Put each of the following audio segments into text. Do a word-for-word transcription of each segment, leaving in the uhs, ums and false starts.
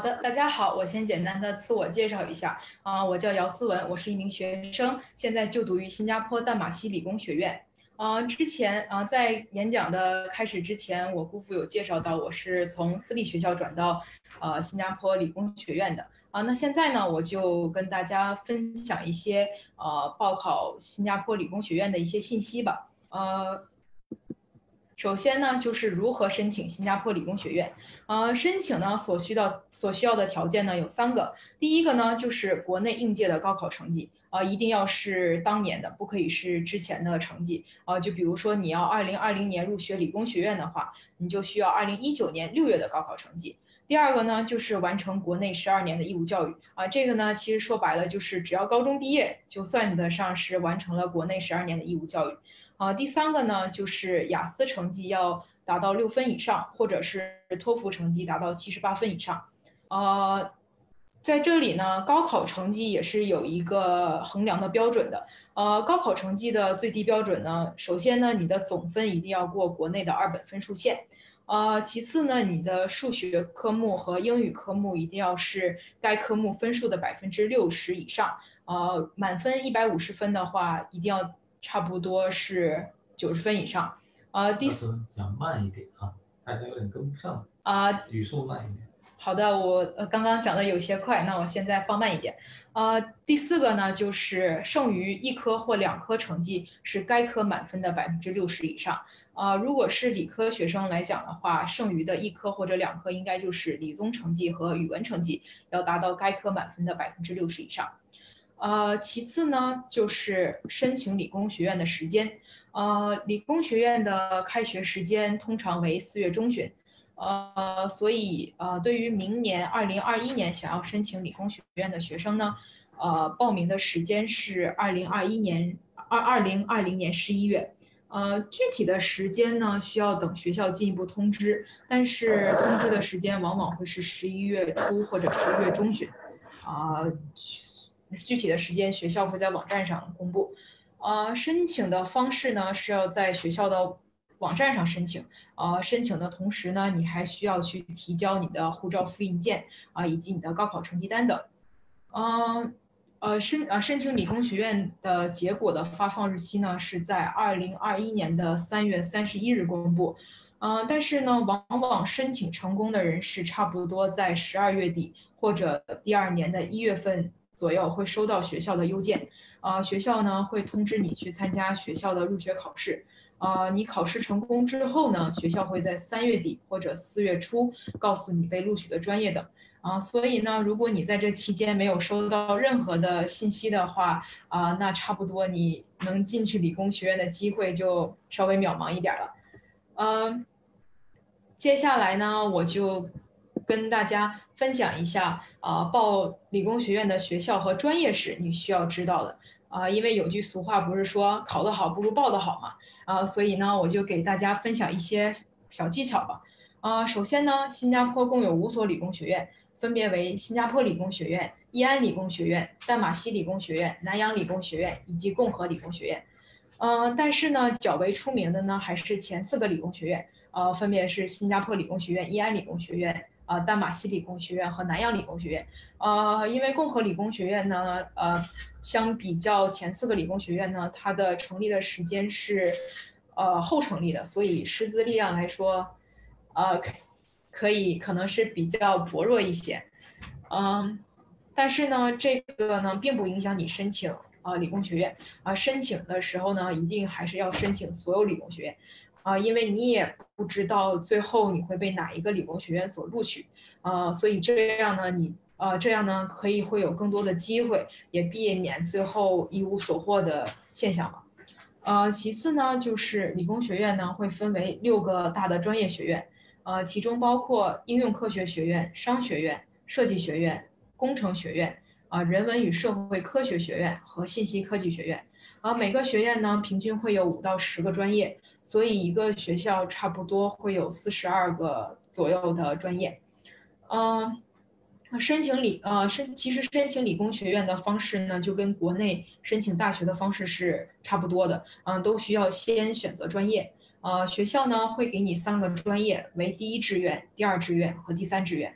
的，大家好，我先简单的自我介绍一下啊、我叫姚思文，我是一名学生，现在就读于新加坡淡马锡理工学院。呃，之前啊、在演讲的开始之前，我姑父有介绍到我是从私立学校转到呃新加坡理工学院的啊、那现在呢，我就跟大家分享一些呃报考新加坡理工学院的一些信息吧。呃，首先呢，就是如何申请新加坡理工学院。呃，申请呢所需的所需要的条件呢有三个。第一个呢，就是国内应届的高考成绩，啊、一定要是当年的，不可以是之前的成绩。啊、就比如说你要二零二零年入学理工学院的话，你就需要二零一九年六月的高考成绩。第二个呢，就是完成国内十二年的义务教育啊，这个呢，其实说白了就是只要高中毕业，就算得上是完成了国内十二年的义务教育。啊，第三个呢，就是雅思成绩要达到六分以上，或者是托福成绩达到七十八分以上。呃，在这里呢，高考成绩也是有一个衡量的标准的。呃，高考成绩的最低标准呢，首先呢，你的总分一定要过国内的二本分数线。呃，其次呢，你的数学科目和英语科目一定要是该科目分数的百分之六十以上。呃，满分一百五十分的话，一定要差不多是九十分以上。呃，第四， 讲慢一点啊，大家有点跟不上， 啊、呃语速慢一点。 好的，我呃刚刚讲的有些快，那我现在放慢一点。呃，第四个呢，就是剩余一科或两科成绩是该科满分的百分之六十以上。呃，如果是理科学生来讲的话，剩余的一科或者两科应该就是理综成绩和语文成绩要达到该科满分的百分之六十以上。呃，其次呢，就是申请理工学院的时间。呃，理工学院的开学时间通常为四月中旬。呃，所以呃，对于明年二零二一年想要申请理工学院的学生呢，呃，报名的时间是二零二一年二二零二零年十一月。呃，具体的时间呢，需要等学校进一步通知，但是通知的时间往往会是十一月初或者十一月中旬。啊、呃，具体的时间学校会在网站上公布。呃，申请的方式呢是要在学校的网站上申请。呃，申请的同时呢，你还需要去提交你的护照复印件啊、呃以及你的高考成绩单等。嗯，呃，申呃申请理工学院的结果的发放日期呢是在二零二一年的三月三十一日公布。嗯、呃，但是呢，往往申请成功的人是差不多在十二月底或者第二年的一月份左右会收到学校的邮件。呃，学校呢会通知你去参加学校的入学考试。呃，你考试成功之后呢，学校会在三月底或者四月初告诉你被录取的专业等。啊，所以呢，如果你在这期间没有收到任何的信息的话，啊，那差不多你能进去理工学院的机会就稍微渺茫一点了。呃，接下来呢，我就跟大家分享一下，啊，报理工学院的学校和专业是你需要知道的。啊，因为有句俗话不是说考得好不如报得好嘛。啊，所以呢，我就给大家分享一些小技巧吧。啊，首先呢，新加坡共有五所理工学院，分别为新加坡理工学院、义安理工学院、淡马锡理工学院、南洋理工学院以及共和理工学院。嗯，但是呢，较为出名的呢还是前四个理工学院，呃，分别是新加坡理工学院、义安理工学院、呃，淡马锡理工学院和南洋理工学院。呃，因为共和理工学院呢，呃，相比较前四个理工学院呢，它的成立的时间是，呃，后成立的，所以师资力量来说，呃，可以可能是比较薄弱一些。嗯，但是呢，这个呢，并不影响你申请啊、呃、理工学院啊、呃。申请的时候呢，一定还是要申请所有理工学院啊、呃，因为你也不知道最后你会被哪一个理工学院所录取啊、呃，所以这样呢，你呃这样呢，可以会有更多的机会，也避免最后一无所获的现象嘛。呃，其次呢，就是理工学院呢会分为六个大的专业学院，呃，其中包括应用科学学院、商学院、设计学院、工程学院、啊、呃人文与社会科学学院和信息科技学院。啊、每个学院呢平均会有五到十个专业，所以一个学校差不多会有四十二个左右的专业。嗯、申请理呃申其实申请理工学院的方式呢，就跟国内申请大学的方式是差不多的。嗯、都需要先选择专业。呃，学校呢会给你三个专业为第一志愿、第二志愿和第三志愿。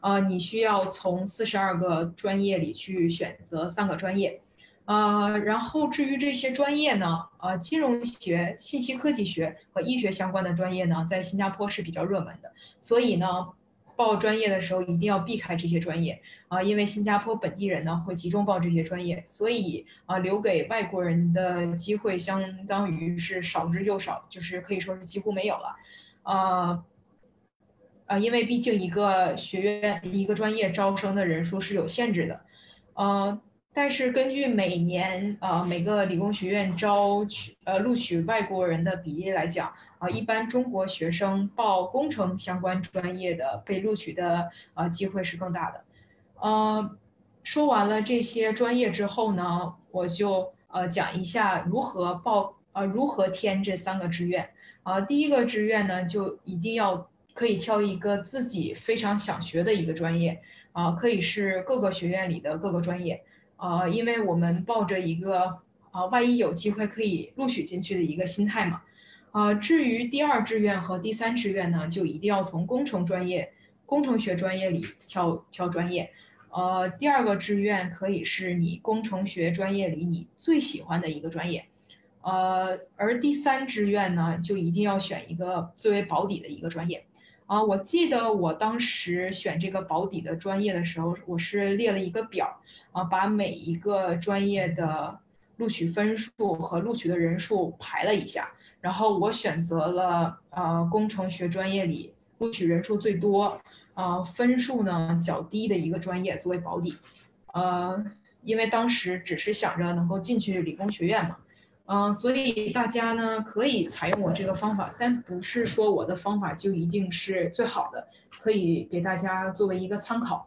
呃，你需要从四十二个专业里去选择三个专业。呃，然后至于这些专业呢，呃，金融学、信息科技学和医学相关的专业呢，在新加坡是比较热门的，所以呢，报专业的时候一定要避开这些专业啊、呃因为新加坡本地人呢会集中报这些专业，所以啊、呃留给外国人的机会相当于是少之又少，就是可以说是几乎没有了。呃，呃，因为毕竟一个学院一个专业招生的人数是有限制的，呃，但是根据每年呃每个理工学院招取呃录取外国人的比例来讲，啊、呃，一般中国学生报工程相关专业的被录取的呃机会是更大的。呃，说完了这些专业之后呢，我就呃讲一下如何报呃如何填这三个志愿。啊、第一个志愿呢，就一定要可以挑一个自己非常想学的一个专业，啊、可以是各个学院里的各个专业，呃，因为我们抱着一个啊、万一有机会可以录取进去的一个心态嘛。啊、至于第二志愿和第三志愿呢，就一定要从工程专业、工程学专业里挑挑专业。呃，第二个志愿可以是你工程学专业里你最喜欢的一个专业。呃，而第三志愿呢，就一定要选一个最为保底的一个专业。啊，我记得我当时选这个保底的专业的时候，我是列了一个表，啊，把每一个专业的录取分数和录取的人数排了一下，然后我选择了呃工程学专业里录取人数最多，呃分数呢较低的一个专业作为保底。呃，因为当时只是想着能够进去理工学院嘛。嗯、呃，所以大家呢可以采用我这个方法，但不是说我的方法就一定是最好的，可以给大家作为一个参考。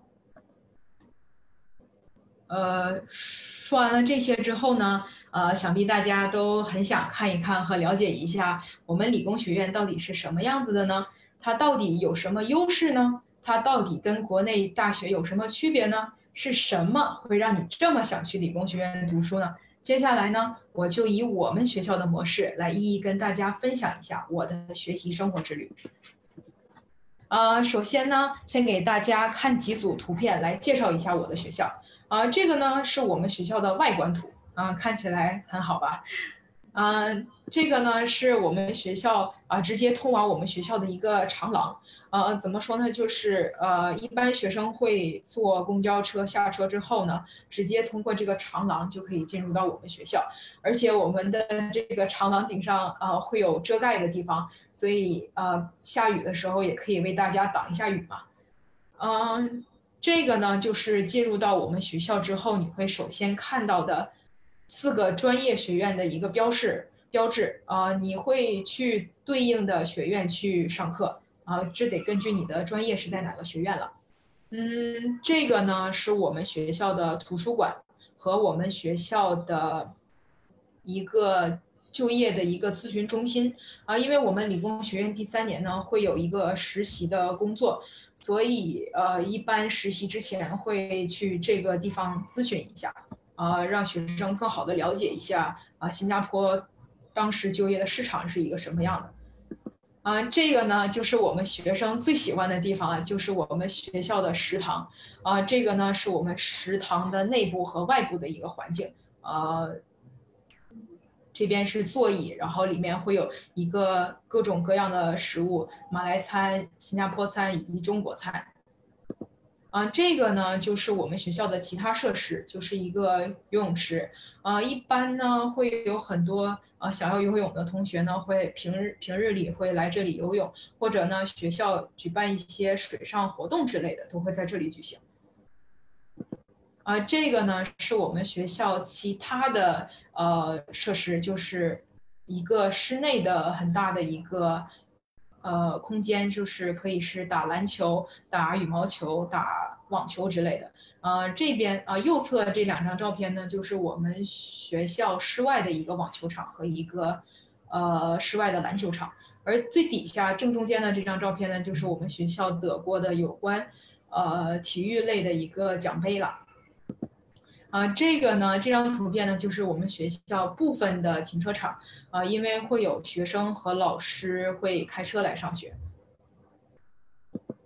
呃，说完了这些之后呢，呃，想必大家都很想看一看和了解一下我们理工学院到底是什么样子的呢？它到底有什么优势呢？它到底跟国内大学有什么区别呢？是什么会让你这么想去理工学院读书呢？接下来呢，我就以我们学校的模式来一一跟大家分享一下我的学习生活之旅。呃，首先呢，先给大家看几组图片来介绍一下我的学校。啊、这个呢是我们学校的外观图，啊、看起来很好吧？呃，这个呢是我们学校啊、直接通往我们学校的一个长廊。呃，怎么说呢？就是呃，一般学生会坐公交车下车之后呢，直接通过这个长廊就可以进入到我们学校，而且我们的这个长廊顶上呃会有遮盖的地方，所以呃下雨的时候也可以为大家挡一下雨嘛。嗯，这个呢就是进入到我们学校之后，你会首先看到的四个专业学院的一个标示标志。啊、呃你会去对应的学院去上课。啊、呃这得根据你的专业是在哪个学院了。嗯，这个呢是我们学校的图书馆和我们学校的一个就业的一个咨询中心。啊，因为我们理工学院第三年呢会有一个实习的工作，所以呃一般实习之前会去这个地方咨询一下，呃让学生更好的了解一下啊、新加坡当时就业的市场是一个什么样的。啊，这个呢就是我们学生最喜欢的地方了，就是我们学校的食堂。啊，这个呢是我们食堂的内部和外部的一个环境。呃，这边是座椅，然后里面会有一个各种各样的食物，马来餐、新加坡餐以及中国餐。啊，这个呢就是我们学校的其他设施，就是一个游泳池。啊，一般呢会有很多呃想要游泳的同学呢，会平日平日里会来这里游泳，或者呢学校举办一些水上活动之类的，都会在这里举行。啊，这个呢是我们学校其他的呃设施，就是一个室内的很大的一个呃空间，就是可以是打篮球、打羽毛球、打网球之类的。呃，这边啊、呃右侧这两张照片呢，就是我们学校室外的一个网球场和一个呃室外的篮球场，而最底下正中间的这张照片呢，就是我们学校得过的有关呃体育类的一个奖杯了。啊，这个呢，这张图片呢，就是我们学校部分的停车场。啊，因为会有学生和老师会开车来上学。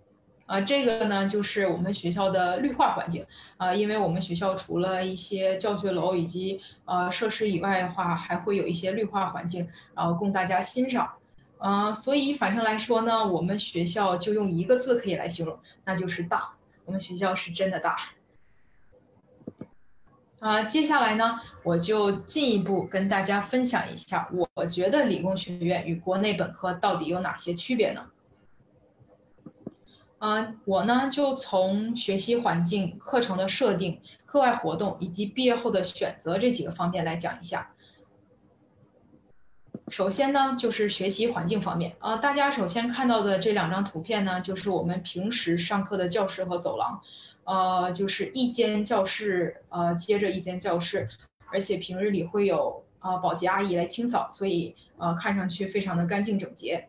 啊，这个呢就是我们学校的绿化环境啊，因为我们学校除了一些教学楼以及呃设施以外的话，还会有一些绿化环境，然后供大家欣赏。呃，所以反正来说呢，我们学校就用一个字可以来形容，那就是大。我们学校是真的大。啊，接下来呢，我就进一步跟大家分享一下，我觉得理工学院与国内本科到底有哪些区别呢？嗯，我呢就从学习环境、课程的设定、课外活动以及毕业后的选择这几个方面来讲一下。首先呢，就是学习环境方面，呃，大家首先看到的这两张图片呢，就是我们平时上课的教室和走廊，呃，就是一间教室，呃，接着一间教室，而且平日里会有呃保洁阿姨来清扫，所以呃看上去非常的干净整洁。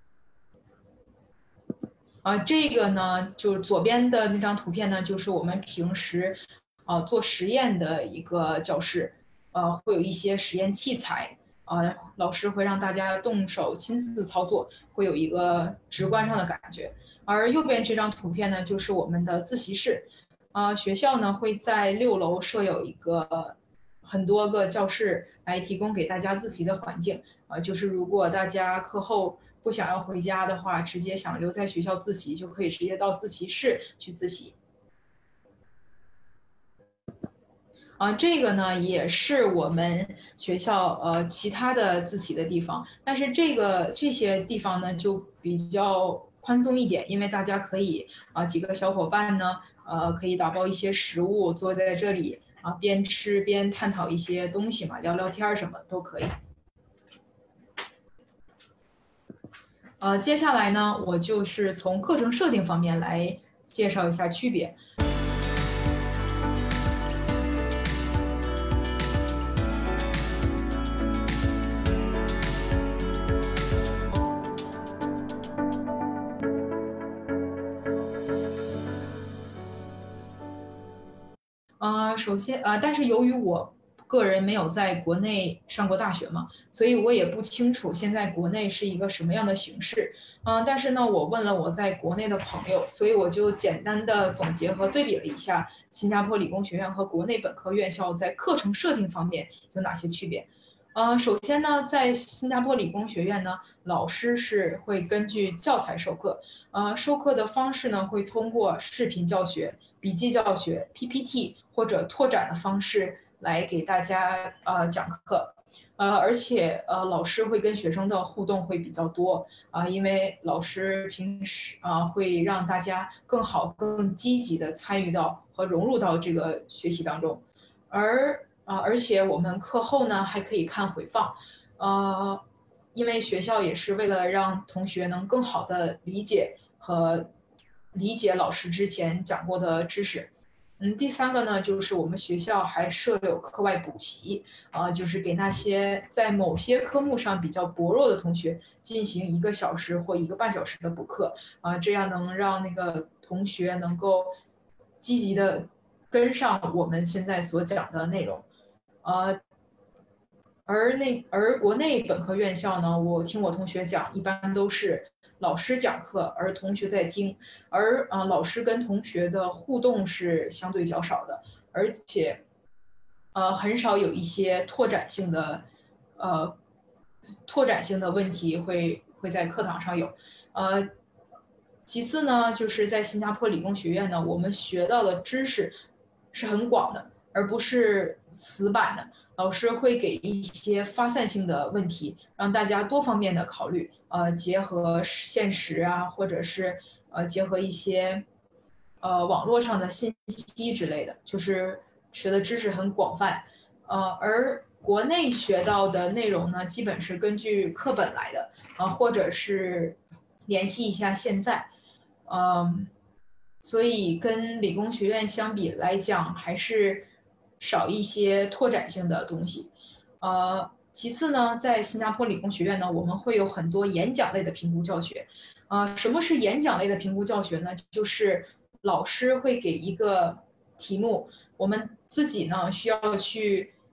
呃，这个呢，就是左边的那张图片呢，就是我们平时，呃，做实验的一个教室，呃，会有一些实验器材，呃，老师会让大家动手亲自操作，会有一个直观上的感觉。而右边这张图片呢，就是我们的自习室，呃，学校呢会在六楼设有一个很多个教室来提供给大家自习的环境，呃，就是如果大家课后不想要回家的话，直接想留在学校自习，就可以直接到自习室去自习。啊，这个呢也是我们学校呃其他的自习的地方，但是这个这些地方呢就比较宽松一点，因为大家可以啊、呃、几个小伙伴呢呃可以打包一些食物，坐在这里啊边吃边探讨一些东西嘛，聊聊天什么都可以。呃，接下来呢，我就是从课程设定方面来介绍一下区别。呃，首先呃，但是由于我个人没有在国内上过大学嘛，所以我也不清楚现在国内是一个什么样的形式。嗯、呃，但是呢，我问了我在国内的朋友，所以我就简单的总结和对比了一下新加坡理工学院和国内本科院校在课程设定方面有哪些区别。呃，首先呢，在新加坡理工学院呢，老师是会根据教材授课，呃，授课的方式呢会通过视频教学、笔记教学、P P T 或者拓展的方式来给大家呃讲课，呃，而且呃老师会跟学生的互动会比较多啊、呃，因为老师平时啊、呃、会让大家更好、更积极的参与到和融入到这个学习当中，而啊、呃，而且我们课后呢还可以看回放，呃，因为学校也是为了让同学能更好的理解和理解老师之前讲过的知识。嗯，第三个呢，就是我们学校还设有课外补习，呃，就是给那些在某些科目上比较薄弱的同学进行一个小时或一个半小时的补课，啊、呃，这样能让那个同学能够积极的跟上我们现在所讲的内容，呃，而那而国内本科院校呢，我听我同学讲，一般都是老师讲课，而同学在听，而啊、呃、老师跟同学的互动是相对较少的，而且呃很少有一些拓展性的呃拓展性的问题会会在课堂上有，呃。其次呢，就是在新加坡理工学院呢，我们学到的知识是很广的，而不是死板的。老师会给一些发散性的问题，让大家多方面的考虑，呃，结合现实啊，或者是呃结合一些呃网络上的信息之类的，就是学的知识很广泛，呃，而国内学到的内容呢，基本是根据课本来的，啊、呃，或者是联系一下现在，嗯，所以跟理工学院相比来讲，还是少一些拓展性的东西。呃，其次呢，在新加坡理工学院呢，我们会有很多演讲类的评估教学。呃，什么是演讲类的评估教学呢？就是老师会给一个题目，我们自己呢需要去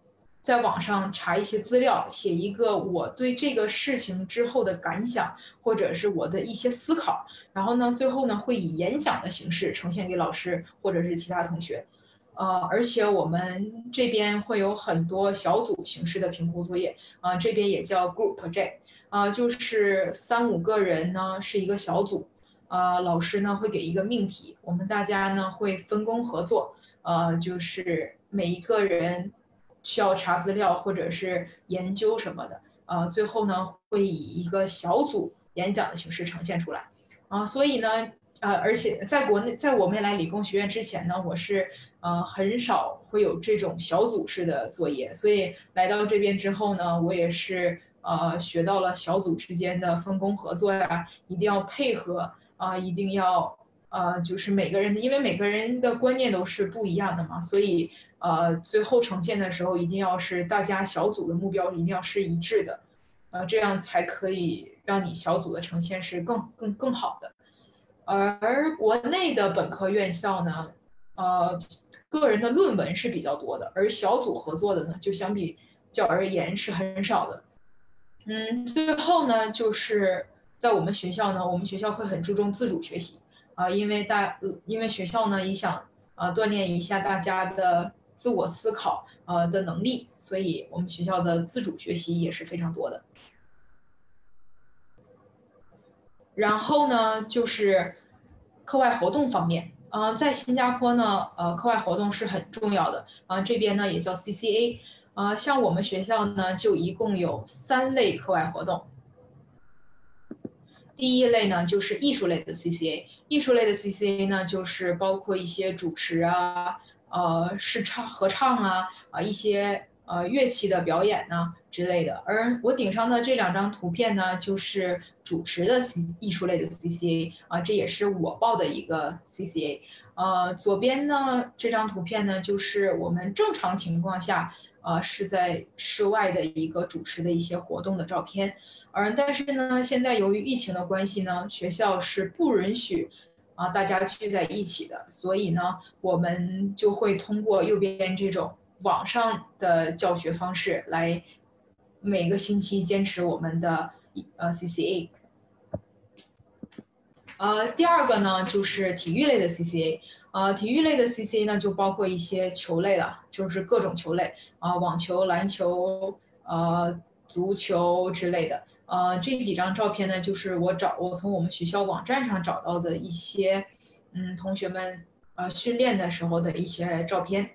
在网上查一些资料，写一个我对这个事情之后的感想，或者是我的一些思考，然后呢，最后呢会以演讲的形式呈现给老师或者是其他同学。呃，而且我们这边会有很多小组形式的评估作业，啊、呃，这边也叫 group project，啊、呃，就是三五个人呢是一个小组，呃，老师呢会给一个命题，我们大家呢会分工合作，呃，就是每一个人需要查资料或者是研究什么的，呃，最后呢会以一个小组演讲的形式呈现出来，啊、呃，所以呢，呃，而且在国内，在我没来理工学院之前呢，我是呃很少会有这种小组式的作业，所以来到这边之后呢，我也是呃学到了小组之间的分工合作呀，一定要配合啊、呃，一定要呃就是每个人，因为每个人的观念都是不一样的嘛，所以呃最后呈现的时候一定要是大家小组的目标一定要是一致的，呃这样才可以让你小组的呈现是更更更好的。而国内的本科院校呢，呃，个人的论文是比较多的，而小组合作的呢，就相比较而言是很少的。嗯，最后呢，就是在我们学校呢，我们学校会很注重自主学习啊、呃因为大，呃因为学校呢也想啊、呃锻炼一下大家的自我思考呃的能力，所以我们学校的自主学习也是非常多的。然后呢，就是课外活动方面，呃，在新加坡呢，呃，课外活动是很重要的，啊、呃，这边呢也叫 C C A，呃，像我们学校呢，就一共有三类课外活动。第一类呢，就是艺术类的 C C A，艺术类的 C C A 呢，就是包括一些主持啊，呃，试唱、合唱啊，啊、呃，一些呃乐器的表演呢之类的。而我顶上的这两张图片呢，就是主持的 C 艺术类的 C C A 啊、呃，这也是我报的一个 C C A。呃，左边呢这张图片呢，就是我们正常情况下，呃，是在室外的一个主持的一些活动的照片。而但是呢，现在由于疫情的关系呢，学校是不允许啊大家聚在一起的，所以呢，我们就会通过右边这种网上的教学方式来每个星期坚持我们的呃 C C A。呃，第二个呢就是体育类的 C C A，呃，体育类的 C C A 呢就包括一些球类了，就是各种球类啊、呃，网球、篮球、呃，足球之类的。呃，这几张照片呢，就是我找我从我们学校网站上找到的一些，嗯，同学们呃训练的时候的一些照片。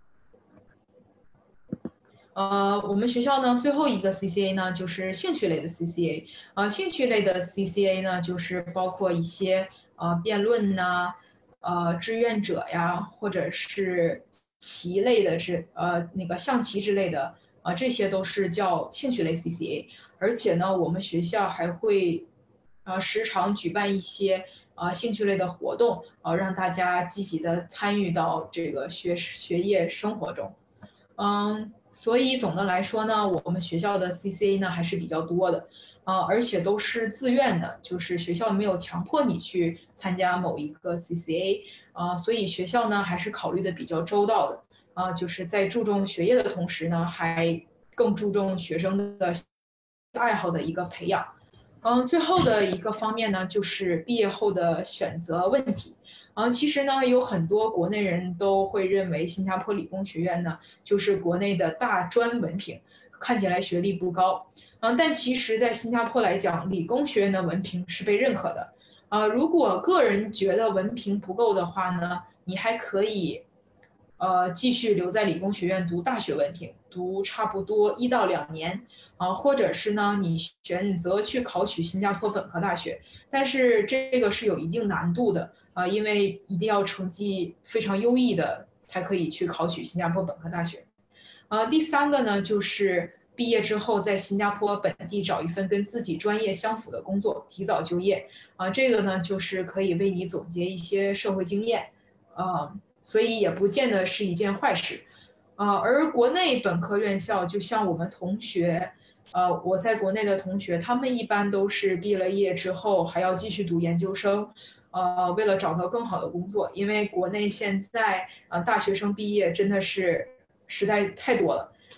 呃，我们学校呢最后一个 C C A 呢就是兴趣类的 C C A，呃，兴趣类的 C C A 呢就是包括一些呃辩论呐、呃志愿者呀，或者是棋类的之呃那个象棋之类的，啊、呃，这些都是叫兴趣类 C C A。而且呢，我们学校还会呃时常举办一些呃兴趣类的活动，呃，让大家积极的参与到这个学学业生活中。嗯，所以总的来说呢，我们学校的 C C A 呢还是比较多的，呃，而且都是自愿的，就是学校没有强迫你去参加某一个 C C A，呃，所以学校呢还是考虑的比较周到的，啊、呃，就是在注重学业的同时呢，还更注重学生的爱好的一个培养。嗯，最后的一个方面呢，就是毕业后的选择问题。嗯，其实呢，有很多国内人都会认为新加坡理工学院呢，就是国内的大专文凭，看起来学历不高。嗯，但其实，在新加坡来讲，理工学院的文凭是被认可的。呃，如果个人觉得文凭不够的话呢，你还可以，呃，继续留在理工学院读大学文凭，读差不多一到两年。啊，或者是呢，你选择去考取新加坡本科大学，但是这个是有一定难度的啊，因为一定要成绩非常优异的才可以去考取新加坡本科大学。呃，第三个呢，就是毕业之后在新加坡本地找一份跟自己专业相符的工作，提早就业啊，这个呢就是可以为你总结一些社会经验，呃，所以也不见得是一件坏事。呃，而国内本科院校，就像我们同学，呃，我在国内的同学，他们一般都是毕了业之后还要继续读研究生，呃，为了找到更好的工作，因为国内现在呃大学生毕业真的是实在太多了，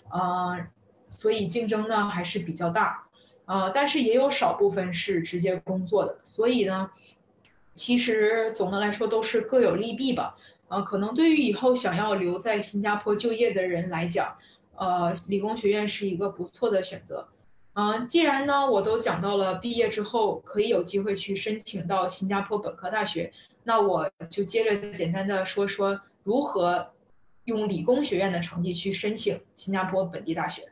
呃，所以竞争呢还是比较大。呃，但是也有少部分是直接工作的，所以呢，其实总的来说都是各有利弊吧。呃，可能对于以后想要留在新加坡就业的人来讲，呃，理工学院是一个不错的选择。嗯、呃，既然呢我都讲到了毕业之后可以有机会去申请到新加坡本科大学，那我就接着简单的说说如何用理工学院的成绩去申请新加坡本地大学。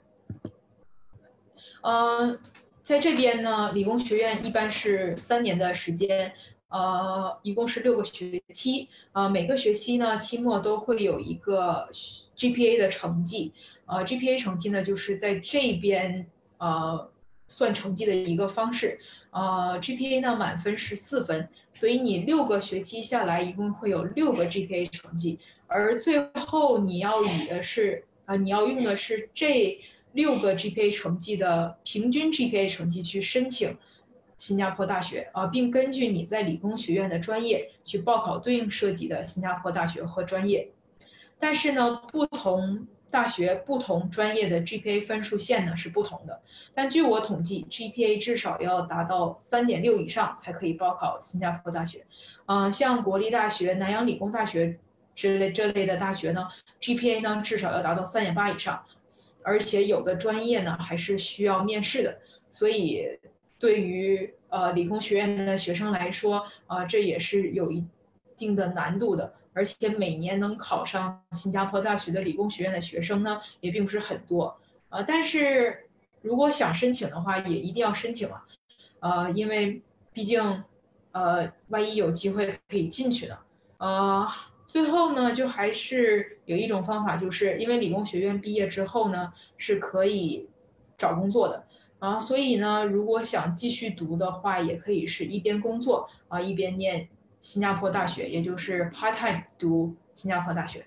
呃，在这边呢，理工学院一般是三年的时间，呃，一共是六个学期，呃，每个学期呢，期末都会有一个 G P A 的成绩，呃，G P A 成绩呢，就是在这边呃算成绩的一个方式，呃，G P A 呢满分是四分，所以你六个学期下来，一共会有六个 G P A 成绩，而最后你要以的是，呃，你要用的是这。六个 G P A 成绩的平均 G P A 成绩去申请新加坡大学啊，并根据你在理工学院的专业去报考对应涉及的新加坡大学和专业。但是呢，不同大学不同专业的 G P A 分数线呢是不同的。但据我统计 ，G P A 至少要达到三点六以上才可以报考新加坡大学。嗯、呃，像国立大学、南洋理工大学之类这类的大学呢，G P A 呢至少要达到三点八以上。而且有的专业呢还是需要面试的，所以对于呃理工学院的学生来说，呃这也是有一定的难度的。而且每年能考上新加坡大学的理工学院的学生呢，也并不是很多。呃，但是如果想申请的话，也一定要申请啊，呃，因为毕竟呃万一有机会可以进去呢，呃。最后呢，就还是有一种方法，就是因为理工学院毕业之后呢，是可以找工作的啊，所以呢，如果想继续读的话，也可以是一边工作啊，一边念新加坡大学，也就是 part time 读新加坡大学。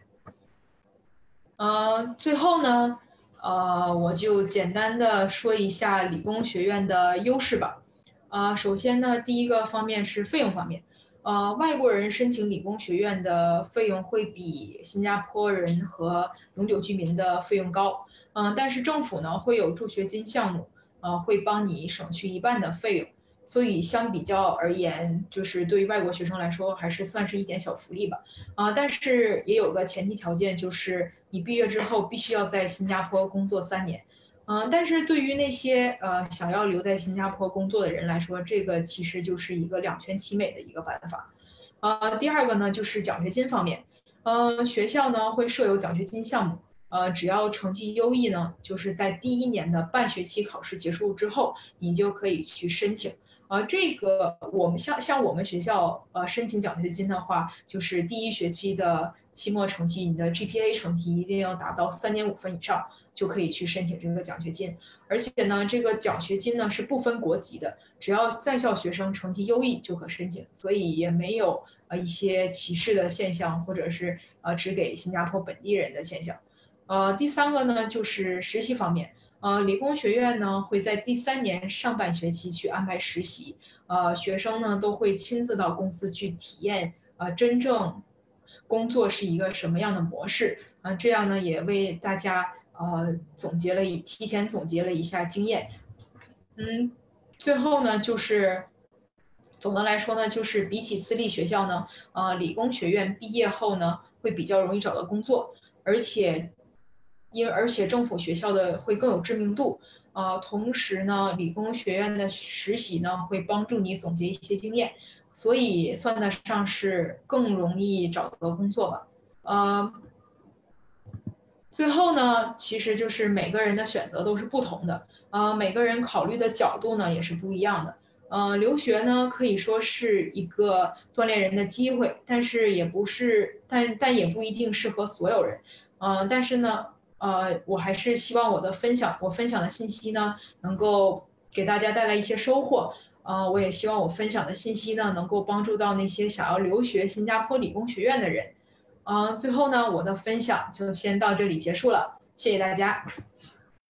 呃，最后呢，呃，我就简单的说一下理工学院的优势吧。呃，首先呢，第一个方面是费用方面。呃，外国人申请理工学院的费用会比新加坡人和永久居民的费用高，嗯、呃，但是政府呢会有助学金项目，呃，会帮你省去一半的费用，所以相比较而言，就是对于外国学生来说，还是算是一点小福利吧，啊、呃，但是也有个前提条件，就是你毕业之后必须要在新加坡工作三年。嗯、呃，但是对于那些呃想要留在新加坡工作的人来说，这个其实就是一个两全其美的一个办法。呃，第二个呢就是奖学金方面，呃，学校呢会设有奖学金项目，呃，只要成绩优异呢，就是在第一年的半学期考试结束之后，你就可以去申请。呃，这个我们像像我们学校呃申请奖学金的话，就是第一学期的期末成绩，你的 G P A 成绩一定要达到三点五分以上，就可以去申请这个奖学金。而且呢，这个奖学金呢是不分国籍的，只要在校学生成绩优异就可申请，所以也没有呃一些歧视的现象，或者是呃只给新加坡本地人的现象。呃，第三个呢就是实习方面。呃，理工学院呢会在第三年上半学期去安排实习，呃，学生呢都会亲自到公司去体验，呃，真正工作是一个什么样的模式，啊、呃，这样呢也为大家呃总结了一提前总结了一下经验，嗯，最后呢就是总的来说呢，就是比起私立学校呢，呃，理工学院毕业后呢会比较容易找到工作，而且因为而且政府学校的会更有知名度，呃，同时呢，理工学院的实习呢会帮助你总结一些经验，所以算得上是更容易找到工作吧。呃，最后呢，其实就是每个人的选择都是不同的，呃，每个人考虑的角度呢也是不一样的。呃，留学呢可以说是一个锻炼人的机会，但是也不是，但但也不一定适合所有人。呃，但是呢，呃，我还是希望我的分享，我分享的信息呢，能够给大家带来一些收获。呃，我也希望我分享的信息呢，能够帮助到那些想要留学新加坡理工学院的人。嗯、呃，最后呢，我的分享就先到这里结束了，谢谢大家。